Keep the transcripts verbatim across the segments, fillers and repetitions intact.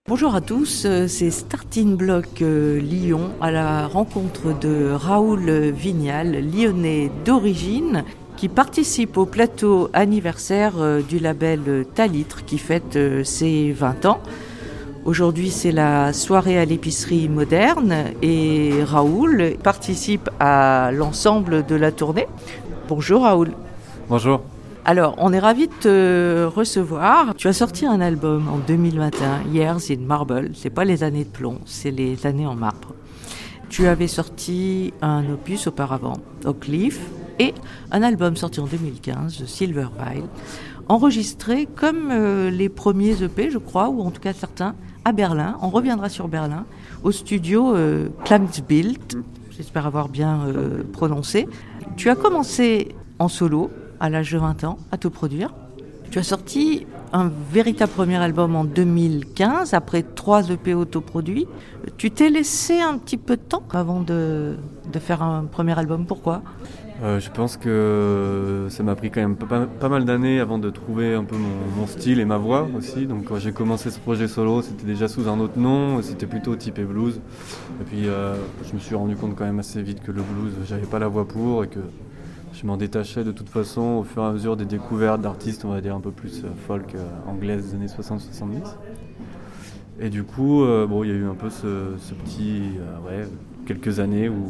Bonjour à tous, c'est Starting Block Lyon à la rencontre de Raoul Vignal, lyonnais d'origine, qui participe au plateau anniversaire du label Talitre qui fête ses vingt ans. Aujourd'hui, c'est la soirée à l'épicerie moderne et Raoul participe à l'ensemble de la tournée. Bonjour Raoul. Bonjour. Alors, on est ravis de te recevoir. Tu as sorti un album en deux mille vingt et un, Years in Marble. C'est pas les années de plomb, c'est les années en marbre. Tu avais sorti un opus auparavant, Oak Leaf, et un album sorti en deux mille quinze, Silver Vial, enregistré comme euh, les premiers E P, je crois, ou en tout cas certains, à Berlin. On reviendra sur Berlin, au studio euh, Klangbild. J'espère avoir bien euh, prononcé. Tu as commencé en solo, à l'âge de vingt ans, à te produire. Tu as sorti un véritable premier album en deux mille quinze, après trois E P autoproduits. Tu t'es laissé un petit peu de temps avant de, de faire un premier album. Pourquoi ? euh, Je pense que ça m'a pris quand même pas, pas mal d'années avant de trouver un peu mon, mon style et ma voix aussi. Donc quand j'ai commencé ce projet solo, c'était déjà sous un autre nom, c'était plutôt typé blues. Et puis euh, je me suis rendu compte quand même assez vite que le blues, j'avais pas la voix pour et que je m'en détachais de toute façon au fur et à mesure des découvertes d'artistes, on va dire un peu plus folk euh, anglaises des années soixante soixante-dix. Et du coup, euh, bon, il y a eu un peu ce, ce petit, euh, ouais, quelques années où,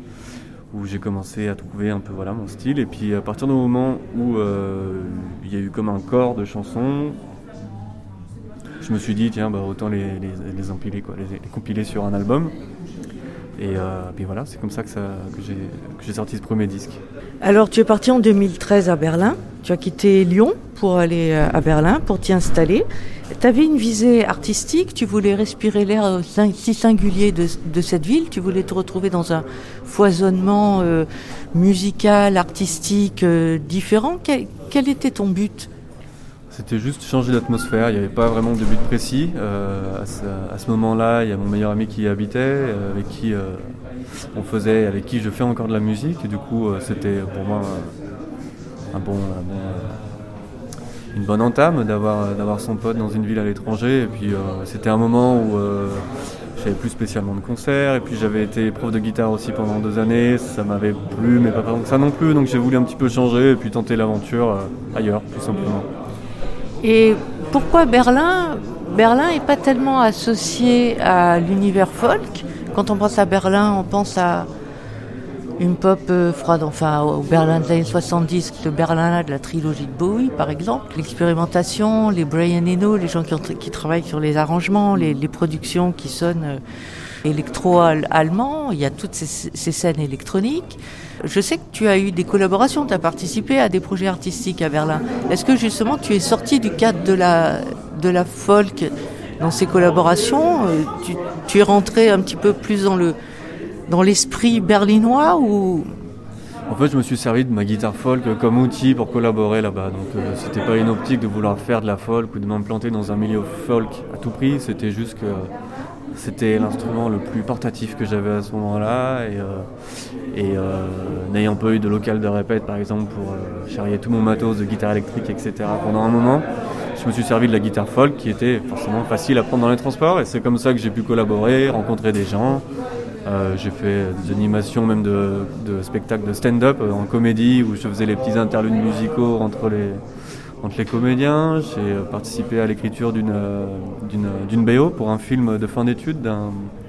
où j'ai commencé à trouver un peu voilà, mon style. Et puis à partir du moment où euh, il y a eu comme un corps de chansons, je me suis dit, tiens, bah, autant les, les, les empiler, quoi, les, les compiler sur un album. Et euh, puis voilà, c'est comme ça que, ça que, j'ai, que j'ai sorti ce premier disque. Alors, tu es parti en deux mille treize à Berlin. Tu as quitté Lyon pour aller à Berlin, pour t'y installer. Tu avais une visée artistique, tu voulais respirer l'air si singulier de, de cette ville. Tu voulais te retrouver dans un foisonnement euh, musical, artistique euh, différent. Quel, quel était ton but ? C'était juste changer d'atmosphère, il n'y avait pas vraiment de but précis. Euh, à, ce, à ce moment-là, il y a mon meilleur ami qui y habitait, euh, avec qui euh, on faisait, avec qui je fais encore de la musique. Et du coup, euh, c'était pour moi un bon, un bon, euh, une bonne entame d'avoir, d'avoir son pote dans une ville à l'étranger. Et puis, euh, c'était un moment où euh, je n'avais plus spécialement de concerts. Et puis, j'avais été prof de guitare aussi pendant deux années. Ça m'avait plu, mais pas tant que ça non plus. Donc, j'ai voulu un petit peu changer et puis tenter l'aventure euh, ailleurs, tout simplement. Et pourquoi Berlin ? Berlin n'est pas tellement associé à l'univers folk. Quand on pense à Berlin, on pense à une pop euh, froide, enfin au Berlin des années soixante-dix, le Berlin de la trilogie de Bowie par exemple. L'expérimentation, les Brian Eno, les gens qui, ont, qui travaillent sur les arrangements, les, les productions qui sonnent euh, électro-allemands, il y a toutes ces, ces scènes électroniques. Je sais que tu as eu des collaborations, tu as participé à des projets artistiques à Berlin. Est-ce que justement tu es sorti du cadre de la, de la folk dans ces collaborations ? tu, tu es rentré un petit peu plus dans, le, dans l'esprit berlinois ou... En fait, je me suis servi de ma guitare folk comme outil pour collaborer là-bas. Donc euh, c'était pas une optique de vouloir faire de la folk ou de m'implanter dans un milieu folk à tout prix. C'était juste que c'était l'instrument le plus portatif que j'avais à ce moment-là. Et, euh, et euh, n'ayant pas eu de local de répète, par exemple, pour euh, charrier tout mon matos de guitare électrique, et cetera. Pendant un moment, je me suis servi de la guitare folk qui était forcément facile à prendre dans les transports. Et c'est comme ça que j'ai pu collaborer, rencontrer des gens. Euh, j'ai fait des animations, même de, de spectacles de stand-up euh, en comédie, où je faisais les petits interludes musicaux entre les... entre les comédiens. J'ai participé à l'écriture d'une, d'une, d'une B O pour un film de fin d'études d'un,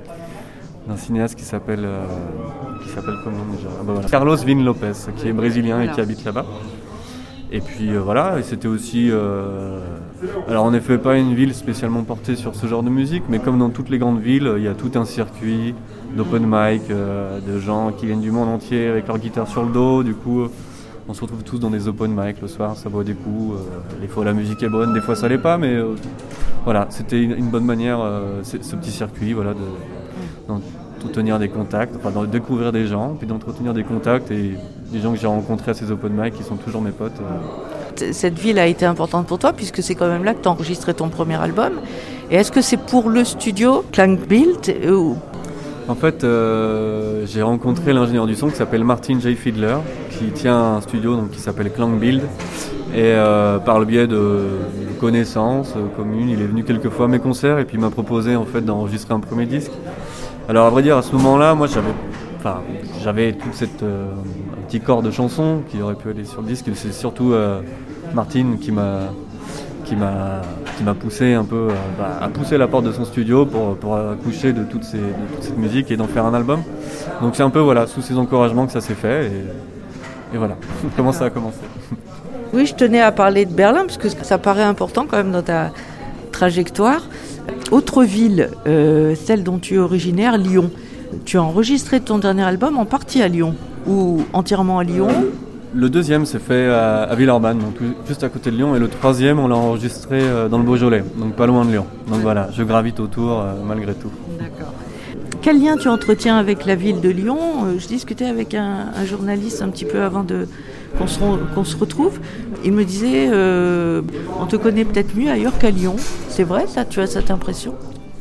d'un cinéaste qui s'appelle, euh, qui s'appelle comment déjà ah bah voilà. Carlos Vin-Lopez, qui est brésilien voilà. Et qui habite là-bas. Et puis euh, voilà, et c'était aussi... Euh, alors en effet, pas une ville spécialement portée sur ce genre de musique, mais comme dans toutes les grandes villes, il y a tout un circuit d'open mic, euh, de gens qui viennent du monde entier avec leur guitare sur le dos, du coup... On se retrouve tous dans des open mic le soir, ça boit des coups. Euh, des fois la musique est bonne, des fois ça l'est pas, mais euh, voilà, c'était une, une bonne manière, euh, ce petit circuit, voilà, de, d'entretenir des contacts, enfin de découvrir des gens, puis d'entretenir des contacts et des gens que j'ai rencontrés à ces open mic qui sont toujours mes potes. Euh. Cette ville a été importante pour toi puisque c'est quand même là que tu as enregistré ton premier album. Et est-ce que c'est pour le studio Klangbild ou... En fait, euh, j'ai rencontré l'ingénieur du son qui s'appelle Martin J. Fiedler, qui tient un studio donc, qui s'appelle Klangbild. Et euh, par le biais de, de connaissances euh, communes, il est venu quelques fois à mes concerts et puis il m'a proposé en fait d'enregistrer un premier disque. Alors à vrai dire, à ce moment-là, moi j'avais, enfin, j'avais toute cette euh, un petit corps de chansons qui aurait pu aller sur le disque. Et c'est surtout euh, Martine qui m'a qui m'a qui m'a poussé un peu euh, bah, à pousser la porte de son studio pour pour accoucher de toute ces de toute cette musique et d'en faire un album. Donc c'est un peu voilà sous ces encouragements que ça s'est fait et, et voilà comment ça a commencé. Oui, je tenais à parler de Berlin parce que ça paraît important quand même dans ta trajectoire. Autre ville, euh, celle dont tu es originaire, Lyon. Tu as enregistré ton dernier album en partie à Lyon ou entièrement à Lyon? Le deuxième s'est fait à, à Villeurbanne, donc juste à côté de Lyon, et le troisième on l'a enregistré dans le Beaujolais, donc pas loin de Lyon. Donc voilà, je gravite autour euh, malgré tout. D'accord. Quel lien tu entretiens avec la ville de Lyon? Je discutais avec un, un journaliste un petit peu avant de, qu'on, se, qu'on se retrouve. Il me disait, euh, on te connaît peut-être mieux ailleurs qu'à Lyon. C'est vrai ça? Tu as cette impression?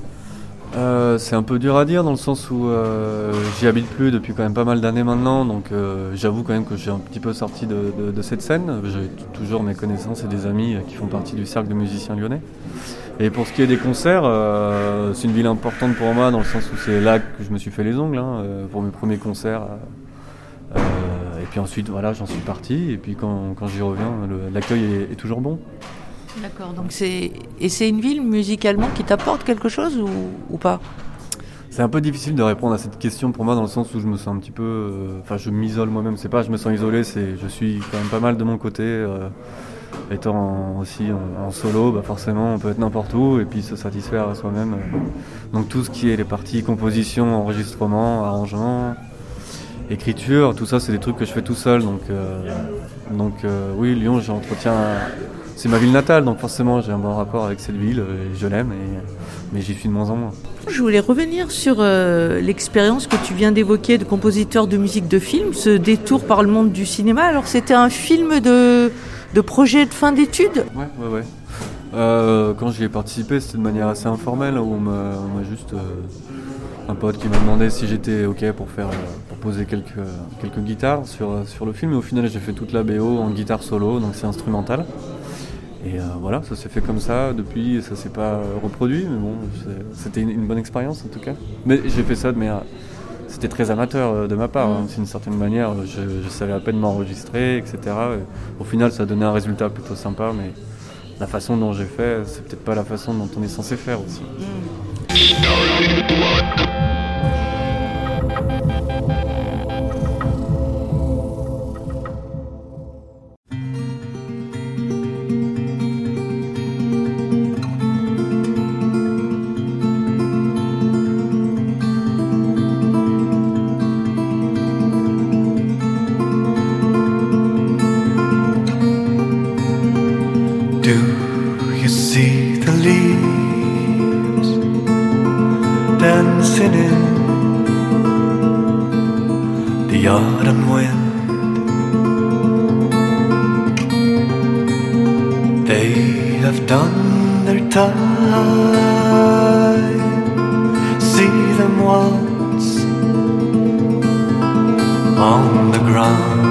Euh, c'est un peu dur à dire dans le sens où euh, j'y habite plus depuis quand même pas mal d'années maintenant, donc euh, j'avoue quand même que j'ai un petit peu sorti de, de, de cette scène. J'ai t- toujours mes connaissances et des amis qui font partie du cercle de musiciens lyonnais. Et pour ce qui est des concerts, euh, c'est une ville importante pour moi dans le sens où c'est là que je me suis fait les ongles hein, euh, pour mes premiers concerts. Euh, et puis ensuite voilà, j'en suis parti et puis quand, quand j'y reviens, le, l'accueil est, est toujours bon. D'accord, donc c'est... Et c'est une ville musicalement qui t'apporte quelque chose ou, ou pas? C'est un peu difficile de répondre à cette question pour moi dans le sens où je me sens un petit peu... Enfin, euh, je m'isole moi-même, c'est pas je me sens isolé, c'est je suis quand même pas mal de mon côté. Euh, étant aussi en, en solo, bah forcément on peut être n'importe où et puis se satisfaire à soi-même. Donc tout ce qui est les parties composition, enregistrement, arrangement, écriture, tout ça c'est des trucs que je fais tout seul. Donc, euh, donc euh, oui, Lyon, j'entretiens... C'est ma ville natale, donc forcément j'ai un bon rapport avec cette ville, et je l'aime, et, mais j'y suis de moins en moins. Je voulais revenir sur euh, l'expérience que tu viens d'évoquer de compositeur de musique de film, ce détour par le monde du cinéma. Alors c'était un film de, de projet de fin d'études? Ouais, ouais, ouais. Euh, quand j'y ai participé, c'était de manière assez informelle, où on m'a, on m'a juste... Euh, un pote qui m'a demandé si j'étais ok pour, faire, pour poser quelques, quelques guitares sur, sur le film, et au final j'ai fait toute la B O en guitare solo, donc c'est instrumental. Et euh, voilà, ça s'est fait comme ça, depuis ça s'est pas reproduit, mais bon, c'est, c'était une, une bonne expérience en tout cas. Mais j'ai fait ça de manière, c'était très amateur euh, de ma part, hein, d'une certaine manière, je, je savais à peine m'enregistrer, et cetera. Et au final ça a donné un résultat plutôt sympa, mais la façon dont j'ai fait, c'est peut-être pas la façon dont on est censé faire aussi. Mmh. dancing in the autumn wind. They have done their time. See them waltz on the ground.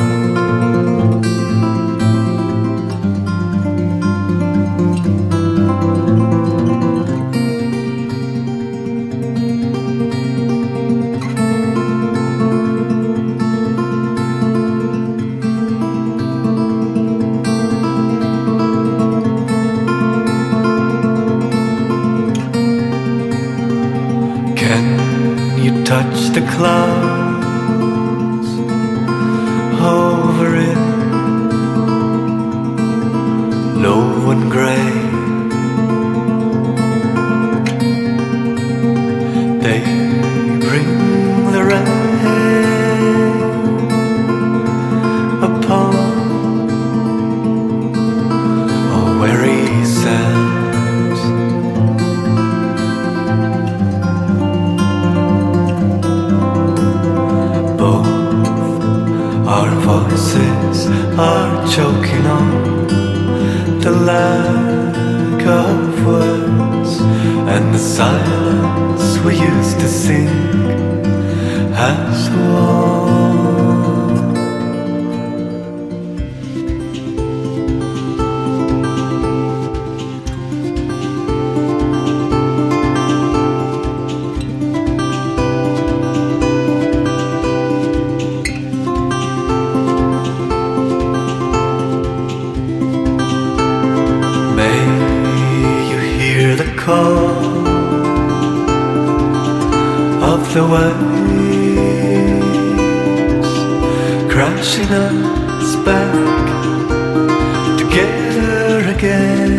Touch the clouds over it, low and grey. They bring the rain upon a weary sands. Our voices are choking on the lack of words, and the silence we used to sing has won. call of the waves crashing us back together again.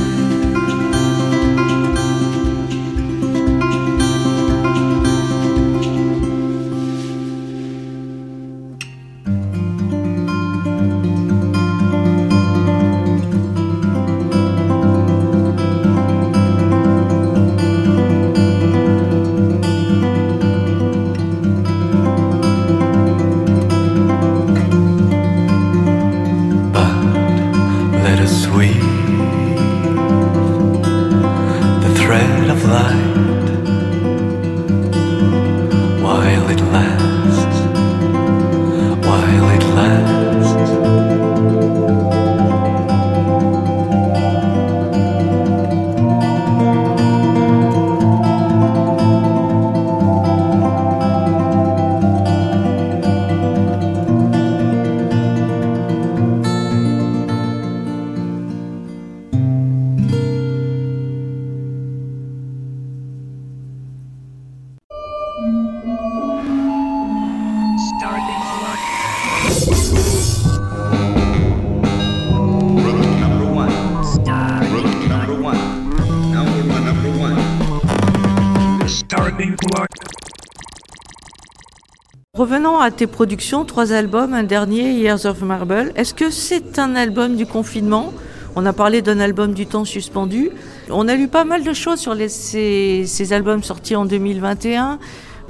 Revenons à tes productions, trois albums, un dernier, Years of Marble. Est-ce que c'est un album du confinement ? On a parlé d'un album du temps suspendu. On a lu pas mal de choses sur les, ces, ces albums sortis en deux mille vingt et un.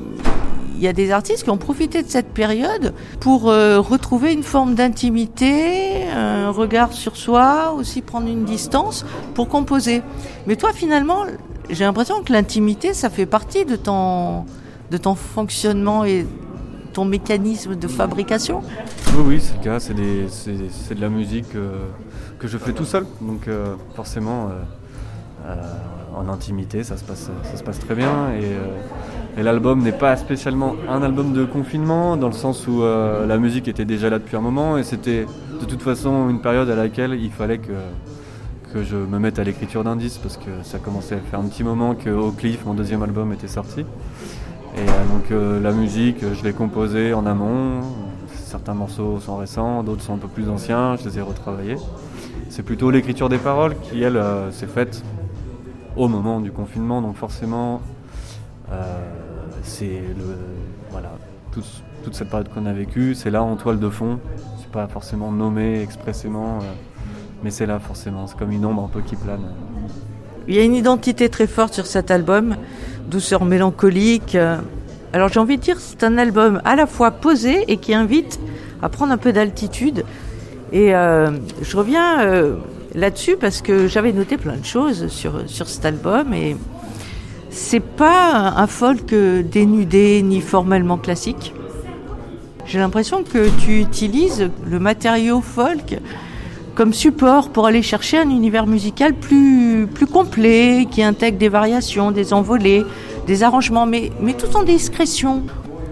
Il y a des artistes qui ont profité de cette période pour euh, retrouver une forme d'intimité, un regard sur soi, aussi prendre une distance pour composer. Mais toi, finalement, j'ai l'impression que l'intimité, ça fait partie de ton, de ton fonctionnement et ton mécanisme de fabrication. Oui, oui, c'est le cas. C'est, des, c'est, c'est de la musique euh, que je fais tout seul. Donc euh, forcément, euh, euh, en intimité, ça se passe, ça se passe très bien. Et, euh, et l'album n'est pas spécialement un album de confinement, dans le sens où euh, la musique était déjà là depuis un moment. Et c'était de toute façon une période à laquelle il fallait que, que je me mette à l'écriture d'un disque, parce que ça commençait à faire un petit moment que Oak Cliff, mon deuxième album, était sorti. Et euh, donc euh, la musique, je l'ai composée en amont. Certains morceaux sont récents, d'autres sont un peu plus anciens, je les ai retravaillés. C'est plutôt l'écriture des paroles qui, elle, euh, s'est faite au moment du confinement. Donc forcément, euh, c'est le, voilà, tout, toute cette période qu'on a vécue, c'est là en toile de fond. C'est pas forcément nommé expressément, euh, mais c'est là forcément. C'est comme une ombre un peu qui plane. Il y a une identité très forte sur cet album, douceur mélancolique. Alors j'ai envie de dire, c'est un album à la fois posé et qui invite à prendre un peu d'altitude. Et euh, je reviens euh, là-dessus parce que j'avais noté plein de choses sur, sur cet album. Et c'est pas un folk dénudé ni formellement classique. J'ai l'impression que tu utilises le matériau folk comme support pour aller chercher un univers musical plus, plus complet, qui intègre des variations, des envolées, des arrangements, mais, mais tout en discrétion.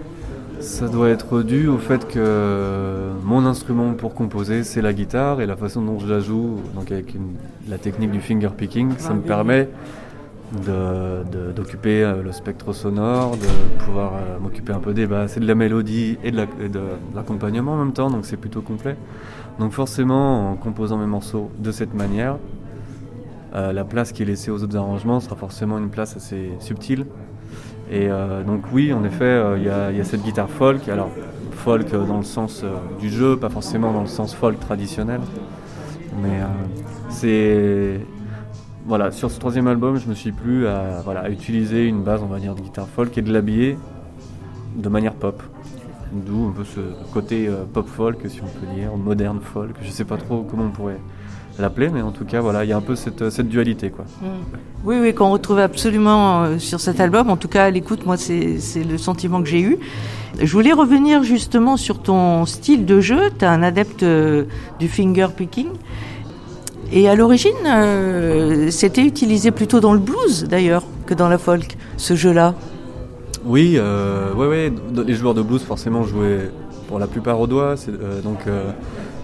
Ça doit être dû au fait que mon instrument pour composer, c'est la guitare, et la façon dont je la joue, donc avec une, la technique du finger picking, ça ah, me oui. permet de, de, d'occuper le spectre sonore, de pouvoir euh, m'occuper un peu des basses et de la mélodie et de, la, et de l'accompagnement en même temps, donc c'est plutôt complet. Donc forcément, en composant mes morceaux de cette manière, euh, la place qui est laissée aux autres arrangements sera forcément une place assez subtile. Et euh, donc oui, en effet, il euh, y, y a cette guitare folk. Alors folk dans le sens euh, du jeu, pas forcément dans le sens folk traditionnel. Mais euh, c'est... Voilà, sur ce troisième album, je me suis plu à, voilà, à utiliser une base, on va dire, de guitare folk et de l'habiller de manière pop. D'où un peu ce côté euh, pop folk, si on peut dire, moderne folk. Je sais pas trop comment on pourrait l'appeler, mais en tout cas, voilà, il y a un peu cette, cette dualité, quoi. Mmh. Oui, oui, qu'on retrouve absolument euh, sur cet album. En tout cas, à l'écoute, moi, c'est, c'est le sentiment que j'ai eu. Je voulais revenir justement sur ton style de jeu. Tu es un adepte euh, du finger picking. Et à l'origine, euh, c'était utilisé plutôt dans le blues, d'ailleurs, que dans la folk, ce jeu-là. Oui, euh, ouais, ouais, les joueurs de blues forcément jouaient pour la plupart au doigt, c'est, euh, donc euh,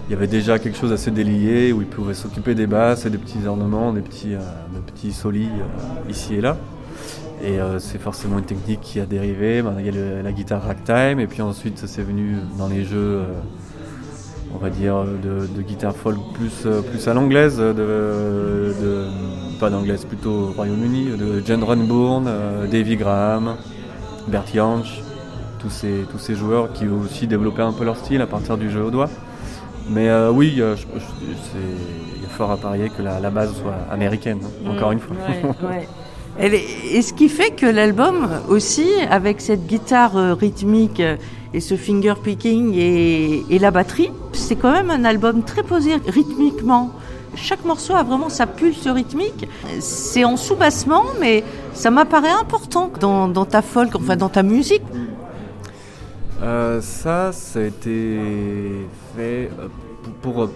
il y avait déjà quelque chose assez délié où il pouvait s'occuper des basses et des petits ornements, des petits, euh, des petits solis euh, ici et là. Et euh, c'est forcément une technique qui a dérivé. Ben, il y a le, la guitare ragtime et puis ensuite c'est venu dans les jeux, euh, on va dire, de, de guitare folk plus, euh, plus à l'anglaise, de, de, pas d'anglaise, plutôt au Royaume-Uni, de Jen Renbourn, euh, Davy Graham, Bert Jansch, tous ces, tous ces joueurs qui ont aussi développé un peu leur style à partir du jeu au doigt. Mais euh, oui, euh, je, je, c'est, il y a fort à parier que la, la base soit américaine, hein, encore mmh, une fois. Ouais, ouais. Et ce qui fait que l'album aussi, avec cette guitare rythmique et ce finger picking et, et la batterie, c'est quand même un album très posé rythmiquement. Chaque morceau a vraiment sa pulse rythmique. C'est en sous-bassement, mais ça m'apparaît important dans, dans ta folk, enfin dans ta musique. Euh, ça, ça a été fait pour, pour,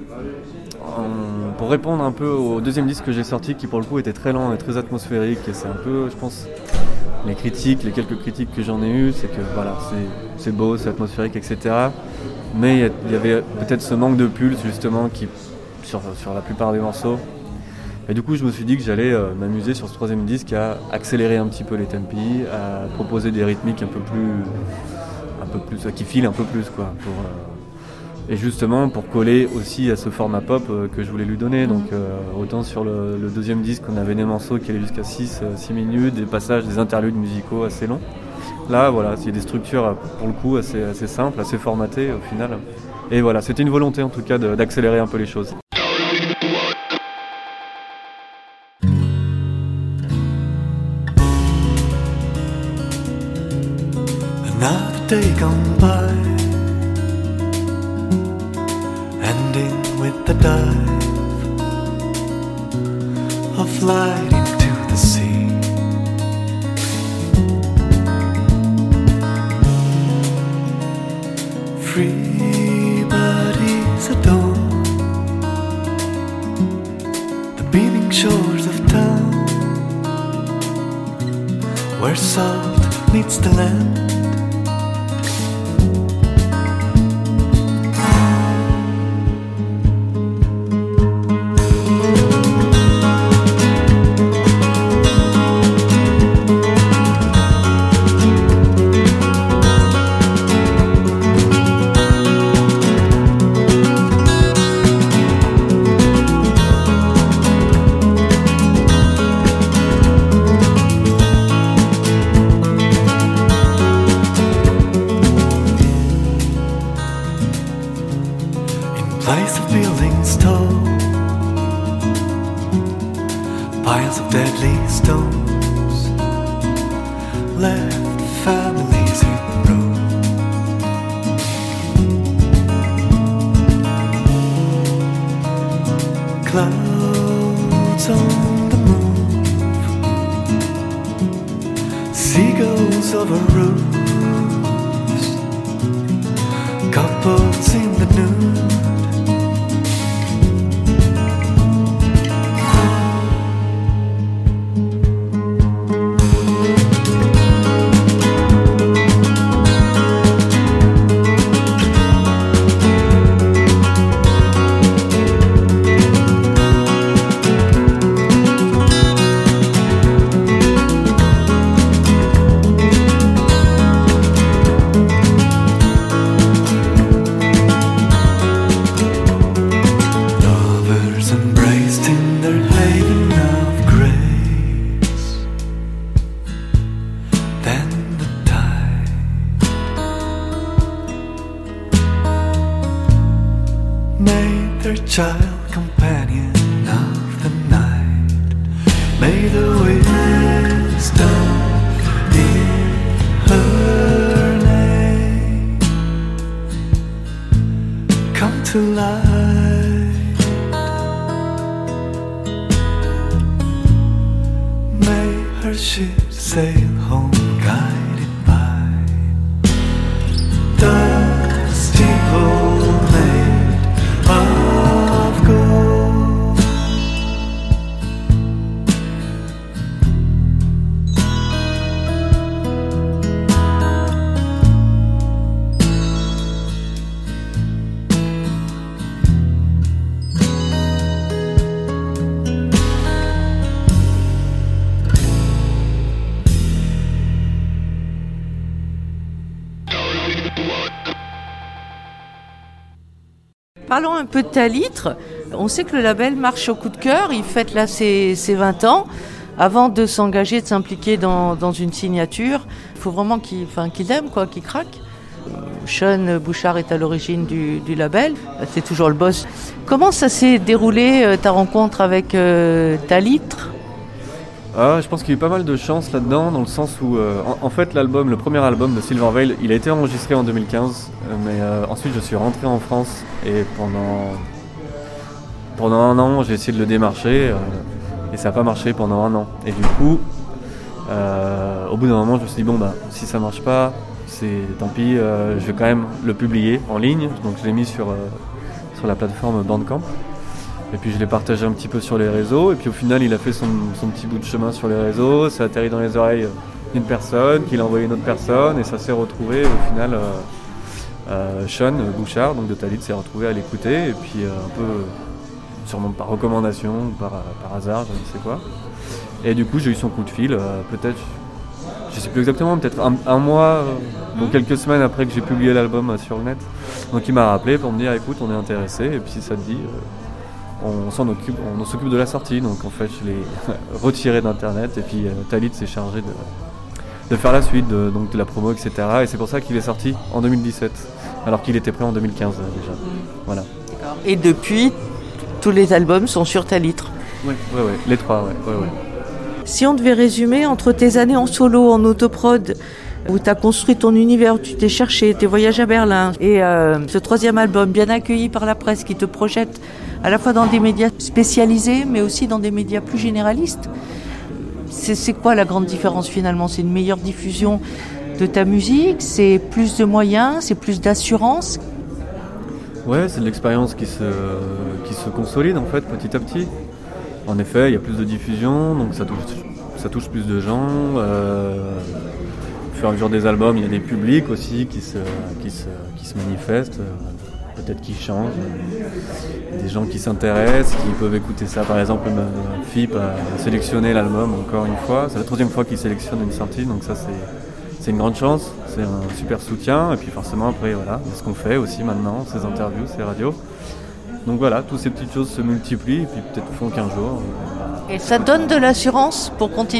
pour répondre un peu au deuxième disque que j'ai sorti, qui pour le coup était très lent et très atmosphérique. Et c'est un peu, je pense, les critiques, les quelques critiques que j'en ai eues, c'est que voilà, c'est, c'est beau, c'est atmosphérique, et cetera. Mais il y avait peut-être ce manque de pulse justement qui, sur, sur la plupart des morceaux. Et du coup, je me suis dit que j'allais euh, m'amuser sur ce troisième disque à accélérer un petit peu les tempi, à proposer des rythmiques un peu plus, un peu plus, qui filent un peu plus, quoi. Pour, euh, et justement pour coller aussi à ce format pop euh, que je voulais lui donner. Donc euh, autant sur le, le deuxième disque, on avait des morceaux qui allaient jusqu'à six minutes, des passages, des interludes musicaux assez longs. Là, voilà, c'est des structures pour le coup assez, assez simples, assez formatées au final. Et voilà, c'était une volonté en tout cas de, d'accélérer un peu les choses. Another day gone by, ending with the dive of light into the sea. Free bodies adorn the beaming shores of town, where salt meets the land. Place of buildings tall, piles of deadly stones, left families in row. Clouds on the move, seagulls over roofs, couples in the nude. Made their child companion of the night. May the wisdom in her name come to light. May her ship sail home guided by the steeple made of gold. Parlons un peu de Talitre. On sait que le label marche au coup de cœur, il fête là ses, ses vingt ans. Avant de s'engager, de s'impliquer dans, dans une signature, il faut vraiment qu'il, enfin, qu'il aime, quoi, qu'il craque. Sean Bouchard est à l'origine du, du label, c'est toujours le boss. Comment ça s'est déroulé, ta rencontre avec euh, Talitre ? Ah, je pense qu'il y a eu pas mal de chance là-dedans, dans le sens où, euh, en, en fait, l'album, le premier album de Silver Veil, il a été enregistré en deux mille quinze, euh, mais euh, ensuite je suis rentré en France et pendant, pendant un an, j'ai essayé de le démarcher euh, et ça n'a pas marché pendant un an. Et du coup, euh, au bout d'un moment, je me suis dit, bon, bah, si ça marche pas, c'est tant pis, euh, je vais quand même le publier en ligne, donc je l'ai mis sur, euh, sur la plateforme Bandcamp. Et puis je l'ai partagé un petit peu sur les réseaux, et puis au final il a fait son, son petit bout de chemin sur les réseaux, ça a atterri dans les oreilles d'une personne, qui l'a envoyé à une autre personne, et ça s'est retrouvé au final, euh, euh, Sean Bouchard, donc de Talitre, s'est retrouvé à l'écouter, et puis euh, un peu, sûrement par recommandation, ou par, par hasard, je ne sais quoi. Et du coup j'ai eu son coup de fil, euh, peut-être, je ne sais plus exactement, peut-être un, un mois, euh, donc quelques semaines après que j'ai publié l'album euh, sur le net. Donc il m'a rappelé pour me dire, écoute, on est intéressé, et puis si ça te dit... Euh, on s'en occupe, on s'occupe de la sortie, donc en fait je l'ai retiré d'internet et puis euh, Talitre s'est chargé de, de faire la suite, de, donc de la promo, et cetera. Et c'est pour ça qu'il est sorti en deux mille dix-sept, alors qu'il était prêt en deux mille quinze euh, déjà. Mmh. Voilà. D'accord. Et depuis, tous les albums sont sur Talitre. Oui, ouais, ouais, les trois, ouais, ouais, ouais. Si on devait résumer entre tes années en solo, en autoprod, où tu as construit ton univers, où tu t'es cherché, tes voyages à Berlin, et euh, ce troisième album bien accueilli par la presse qui te projette à la fois dans des médias spécialisés, mais aussi dans des médias plus généralistes. C'est, c'est quoi la grande différence finalement ? C'est une meilleure diffusion de ta musique ? C'est plus de moyens ? C'est plus d'assurance ? Ouais, c'est de l'expérience qui se, qui se consolide en fait petit à petit. En effet, il y a plus de diffusion, donc ça touche, ça touche plus de gens. Euh, au fur et à mesure des albums, il y a des publics aussi qui se, qui se, qui se manifestent. Peut-être qu'ils changent, des gens qui s'intéressent, qui peuvent écouter ça. Par exemple, F I P a sélectionné l'album encore une fois. C'est la troisième fois qu'il sélectionne une sortie, donc ça c'est, c'est une grande chance, c'est un super soutien. Et puis forcément après, voilà, c'est ce qu'on fait aussi maintenant, ces interviews, ces radios. Donc voilà, toutes ces petites choses se multiplient et puis peut-être font qu'un jour. Euh... Et ça donne de l'assurance pour continuer ?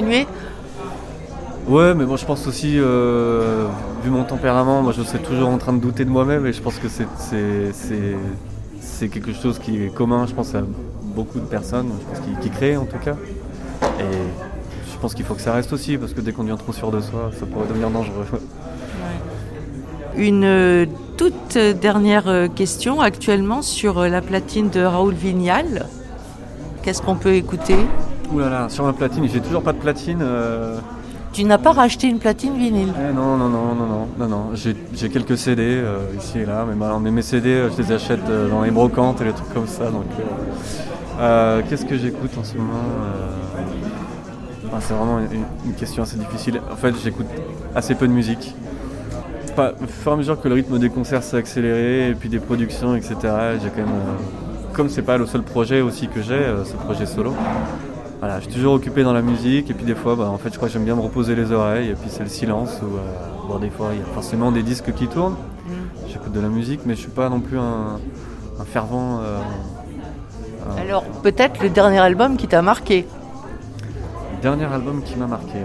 Ouais, mais moi je pense aussi, euh, vu mon tempérament, moi je suis toujours en train de douter de moi-même et je pense que c'est, c'est, c'est, c'est quelque chose qui est commun, je pense, à beaucoup de personnes, je pense, qui, qui créent en tout cas. Et je pense qu'il faut que ça reste aussi, parce que dès qu'on devient trop sûr de soi, ça pourrait devenir dangereux. Ouais. Une euh, toute dernière question actuellement sur la platine de Raoul Vignal. Qu'est-ce qu'on peut écouter ? Ouh là là, sur ma platine, j'ai toujours pas de platine. Euh... Tu n'as pas racheté une platine vinyle ? eh Non, non, non, non, non, non, non. J'ai, j'ai quelques C D euh, ici et là, mais, bah, mais mes C D, euh, je les achète euh, dans les brocantes et les trucs comme ça. Donc, euh, euh, qu'est-ce que j'écoute en ce moment euh... ah, c'est vraiment une, une question assez difficile. En fait, j'écoute assez peu de musique. Enfin, au fur et à mesure que le rythme des concerts s'est accéléré, et puis des productions, et cetera, j'ai quand même, euh, comme c'est pas le seul projet aussi que j'ai, euh, ce projet solo. Voilà, je suis toujours occupé dans la musique et puis des fois, bah, en fait, je crois que j'aime bien me reposer les oreilles et puis c'est le silence où, euh, bon, des fois, il y a forcément des disques qui tournent. Mmh. J'écoute de la musique, mais je suis pas non plus un, un fervent. Euh, un... Alors, peut-être le dernier album qui t'a marqué. Le dernier album qui m'a marqué.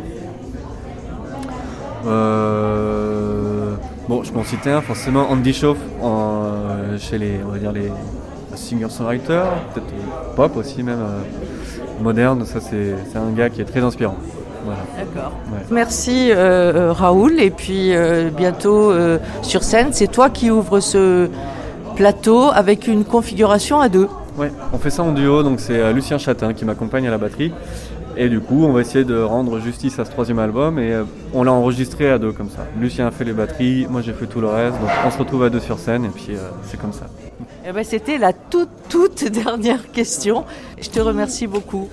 Euh... Bon, je peux en citer un, forcément Andy Shauf, en, euh, chez les, on va dire les singer-songwriters, peut-être euh, pop aussi même. Euh, moderne, ça c'est, c'est un gars qui est très inspirant. Voilà. D'accord. Ouais. Merci euh, Raoul, et puis euh, bientôt euh, sur scène, c'est toi qui ouvres ce plateau avec une configuration à deux. Ouais, on fait ça en duo, donc c'est euh, Lucien Chatin qui m'accompagne à la batterie. Et du coup, on va essayer de rendre justice à ce troisième album et euh, on l'a enregistré à deux comme ça. Lucien a fait les batteries, moi j'ai fait tout le reste, donc on se retrouve à deux sur scène et puis euh, c'est comme ça. Eh ben, c'était la toute, toute dernière question. Je te remercie beaucoup.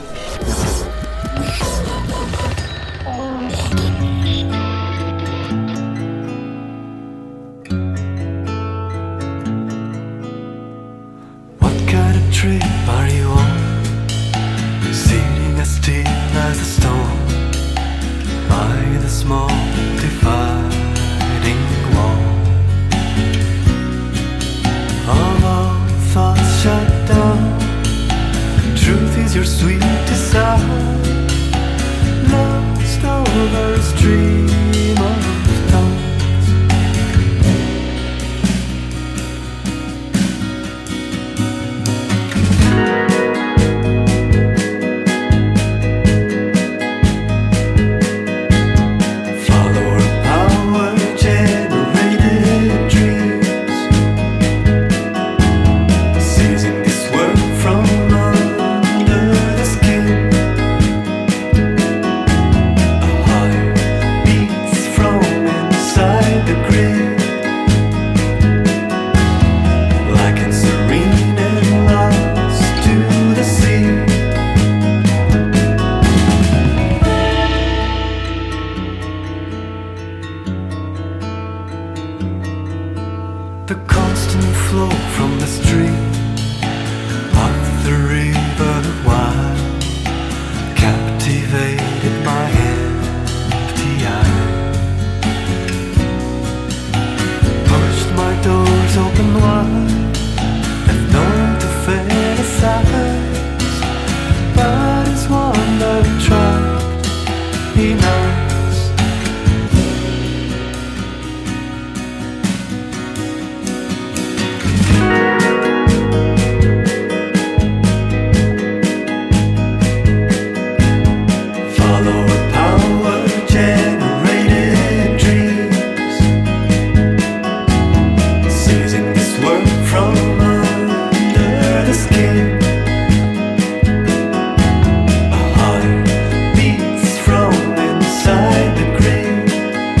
What kind of trip are you on? Sitting as still as a stone by the small dividing wall of our your sweet desire, lost over a stream of thoughts. Follow a power-generated dreams, seizing this world from under the skin. A heart beats from inside the grid, black and serene and lost to the sea. The constant flow from the stream of the river wild captivated my empty eye. Pushed my doors open wide, left none to fantasize, but as one that trapped in eyes. Follow a power-generated dreams, seizing this world from under the skin. A heart beats from inside the grave,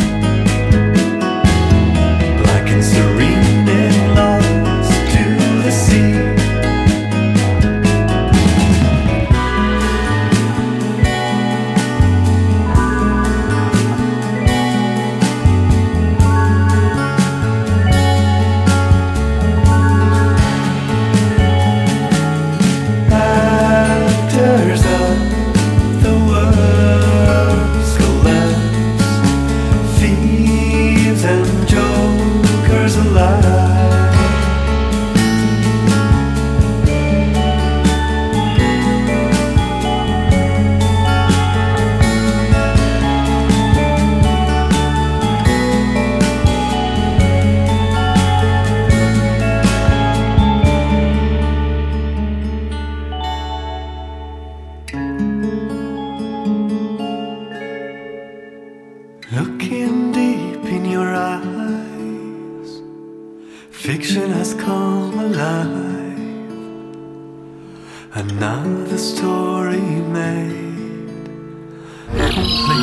black and serene and lost to the sea. Actors of the world's collapse, thieves and jokers alike. Looking deep in your eyes, fiction has come alive. Another story made complete.